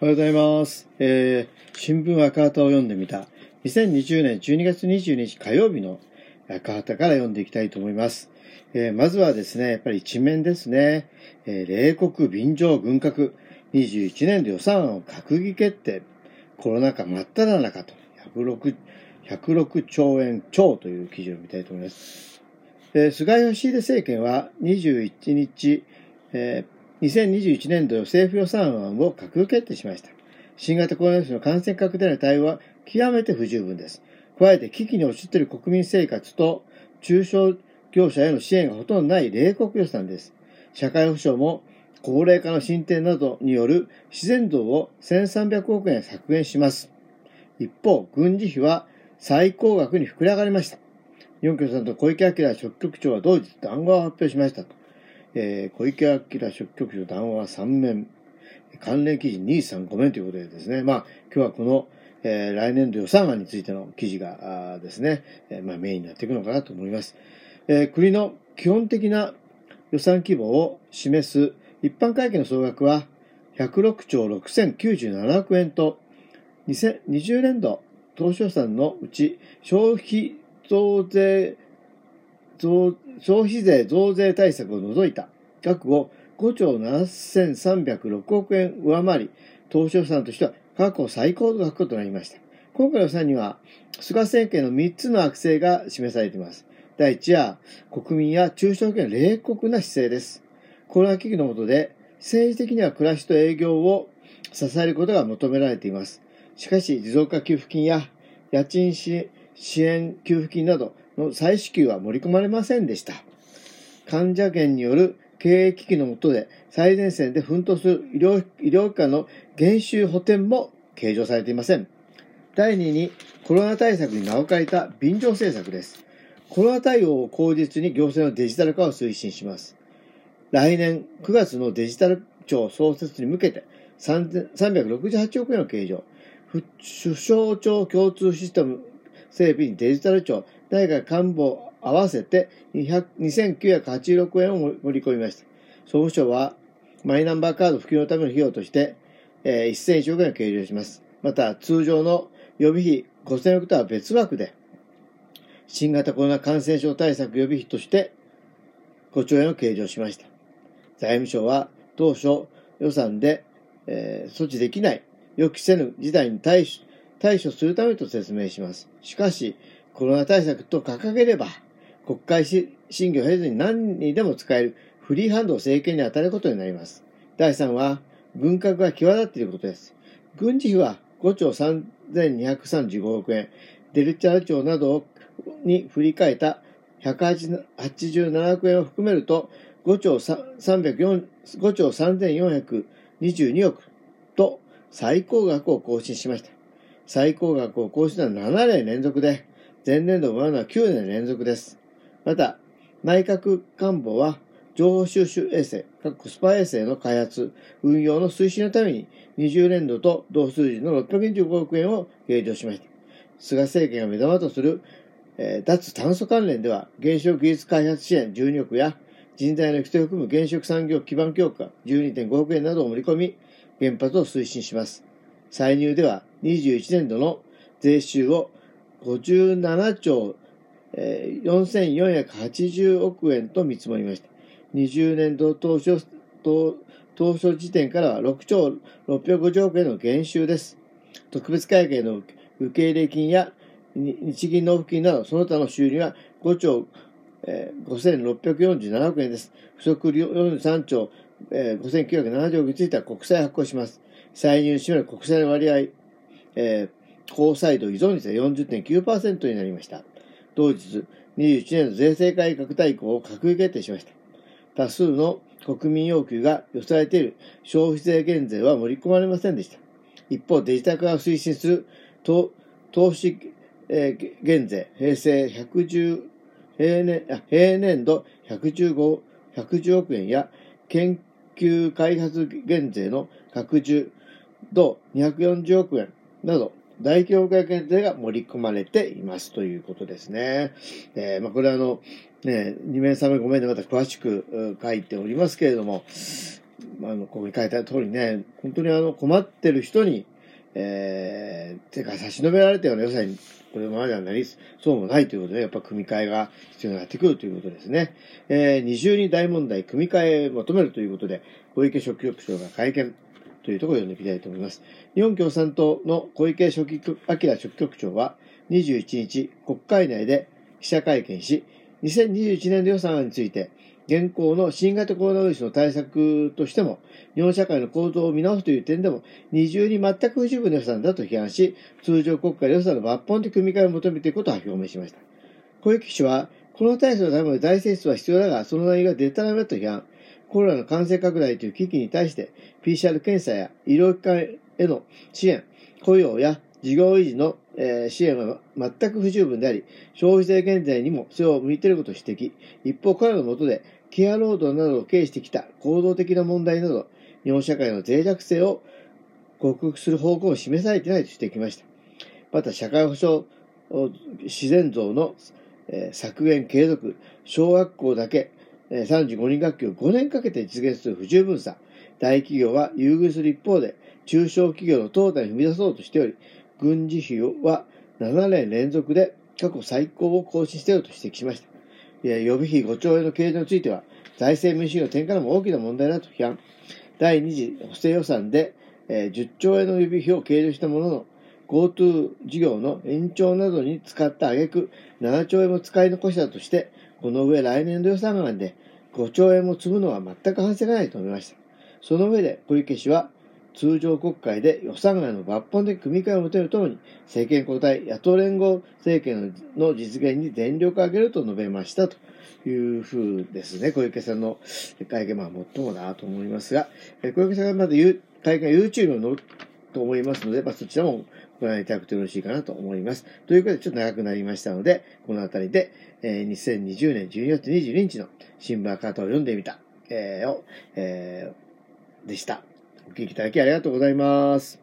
おはようございます。新聞赤旗を読んでみた。2020年12月22日火曜日の赤旗から読んでいきたいと思います。まずはですね、やっぱり一面ですね。冷酷便乗軍拡。21年度予算案を閣議決定。コロナ禍真っ只中と106兆円超という記事を見たいと思います。菅義偉政権は21日、2021年度政府予算案を閣議決定しました。新型コロナウイルスの感染拡大の対応は極めて不十分です。加えて危機に陥っている国民生活と中小業者への支援がほとんどない冷酷予算です。社会保障も高齢化の進展などによる自然増を1300億円削減します。一方、軍事費は最高額に膨れ上がりました。日本共産党小池晃書記局長は同日談話を発表しましたと。小池晃書記局長談話3面、関連記事2、3、5面ということでですね、今日はこの、来年度予算案についての記事がですね、メインになっていくのかなと思います。国の基本的な予算規模を示す一般会計の総額は106兆6097億円と、2020年度当初予算のうち消費税増税対策を除いた額を5兆7306億円上回り、当初予算としては過去最高額となりました。今回の予算には、菅政権の3つの悪性が示されています。第一は、国民や中小企業の冷酷な姿勢です。コロナ危機の下で、政治的には暮らしと営業を支えることが求められています。しかし、持続化給付金や家賃支援給付金などの再支給は盛り込まれませんでした。患者減による経営危機の下で最前線で奮闘する医療機関の減収補填も計上されていません。第2に、コロナ対策に名を変えた便乗政策です。コロナ対応を口実に行政のデジタル化を推進します。来年9月のデジタル庁創設に向けて368億円を計上。首相庁共通システム整備にデジタル庁、内閣官房合わせて2986億円を盛り込みました。総務省はマイナンバーカード普及のための費用として1001億円を計上します。また通常の予備費5000億とは別枠で新型コロナ感染症対策予備費として5兆円を計上しました。財務省は当初予算で、措置できない予期せぬ事態に対処するためと説明します。しかし、コロナ対策と掲げれば、国会審議を経ずに何にでも使えるフリーハンドを政権に与えることになります。第3は、軍拡が際立っていることです。軍事費は5兆3235億円、デジタル庁などに振り替えた187億円を含めると5兆3422億と最高額を更新しました。最高額を更新したのは7年連続で、前年度を上回るのは9年連続です。また、内閣官房は情報収集衛星、スパ衛星の開発、運用の推進のために20年度と同数字の625億円を計上しました。菅政権が目玉とする脱炭素関連では原子力技術開発支援12億や人材の育成を含む原子力産業基盤強化 12.5 億円などを盛り込み原発を推進します。歳入では21年度の税収を57兆4480億円と見積もりました。20年度当初時点からは6兆650億円の減収です。特別会計の受け入れ金や日銀納付金などその他の収入は5兆5647億円です。不足43兆5970億については国債発行します。歳入に占める国債の割合、高債度依存率は 40.9% になりました。同日、21年度税制改革大綱を閣議決定しました。多数の国民要求が寄せられている消費税減税は盛り込まれませんでした。一方、デジタル化を推進する投資減税、平年度110億円や研究開発減税の拡充度240億円など大規模減税が盛り込まれていますということですね。これは2面3面5面でまた詳しく書いておりますけれども、 ここに書いてある通りね、本当に困ってる人に、手が差し伸べられたような予算に、これまではなりそうもないということで、やっぱ組み替えが必要になってくるということですね。二重に大問題、組み替えを求めるということで、小池書記局長が会見というところを読んでいきたいと思います。日本共産党の小池書記局長は21日、国会内で記者会見し、2021年度予算案について、現行の新型コロナウイルスの対策としても、日本社会の構造を見直すという点でも、二重に全く不十分な予算だと批判し、通常国会で予算の抜本的組み替えを求めていくことを表明しました。小池氏は、コロナ対策のための財政出は必要だが、その内容がデタラメだと批判。コロナの感染拡大という危機に対して、PCR 検査や医療機関への支援、雇用や事業維持の支援は全く不十分であり、消費税減税にも背を向いていることを指摘。一方、彼の下で、ケア労働などを経営してきた構造的な問題など、日本社会の脆弱性を克服する方向を示されていないとしてきました。また、社会保障自然増の削減継続、小学校だけ35人学級を5年かけて実現する不十分さ、大企業は優遇する一方で、中小企業の淘汰に踏み出そうとしており、軍事費は7年連続で過去最高を更新していると指摘しました。予備費5兆円の計上については、財政民主主義の点からも大きな問題だと批判。第2次補正予算で10兆円の予備費を計上したものの、GoTo 事業の延長などに使った挙句、7兆円も使い残したとして、この上来年度予算案で5兆円も積むのは全く反省がないと述べました。その上で小池氏は、通常国会で予算案の抜本的組み替えを求めるとともに、政権交代、野党連合政権の実現に全力を挙げると述べましたというふうですね。小池さんの会見、最もだと思いますが、小池さんがまだ会見 YouTube のと思いますので、そちらもご覧いただくとよろしいかなと思います。ということで、ちょっと長くなりましたので、このあたりで、2020年12月22日の新聞赤旗を読んでみた、でした。お聞きいただきありがとうございます。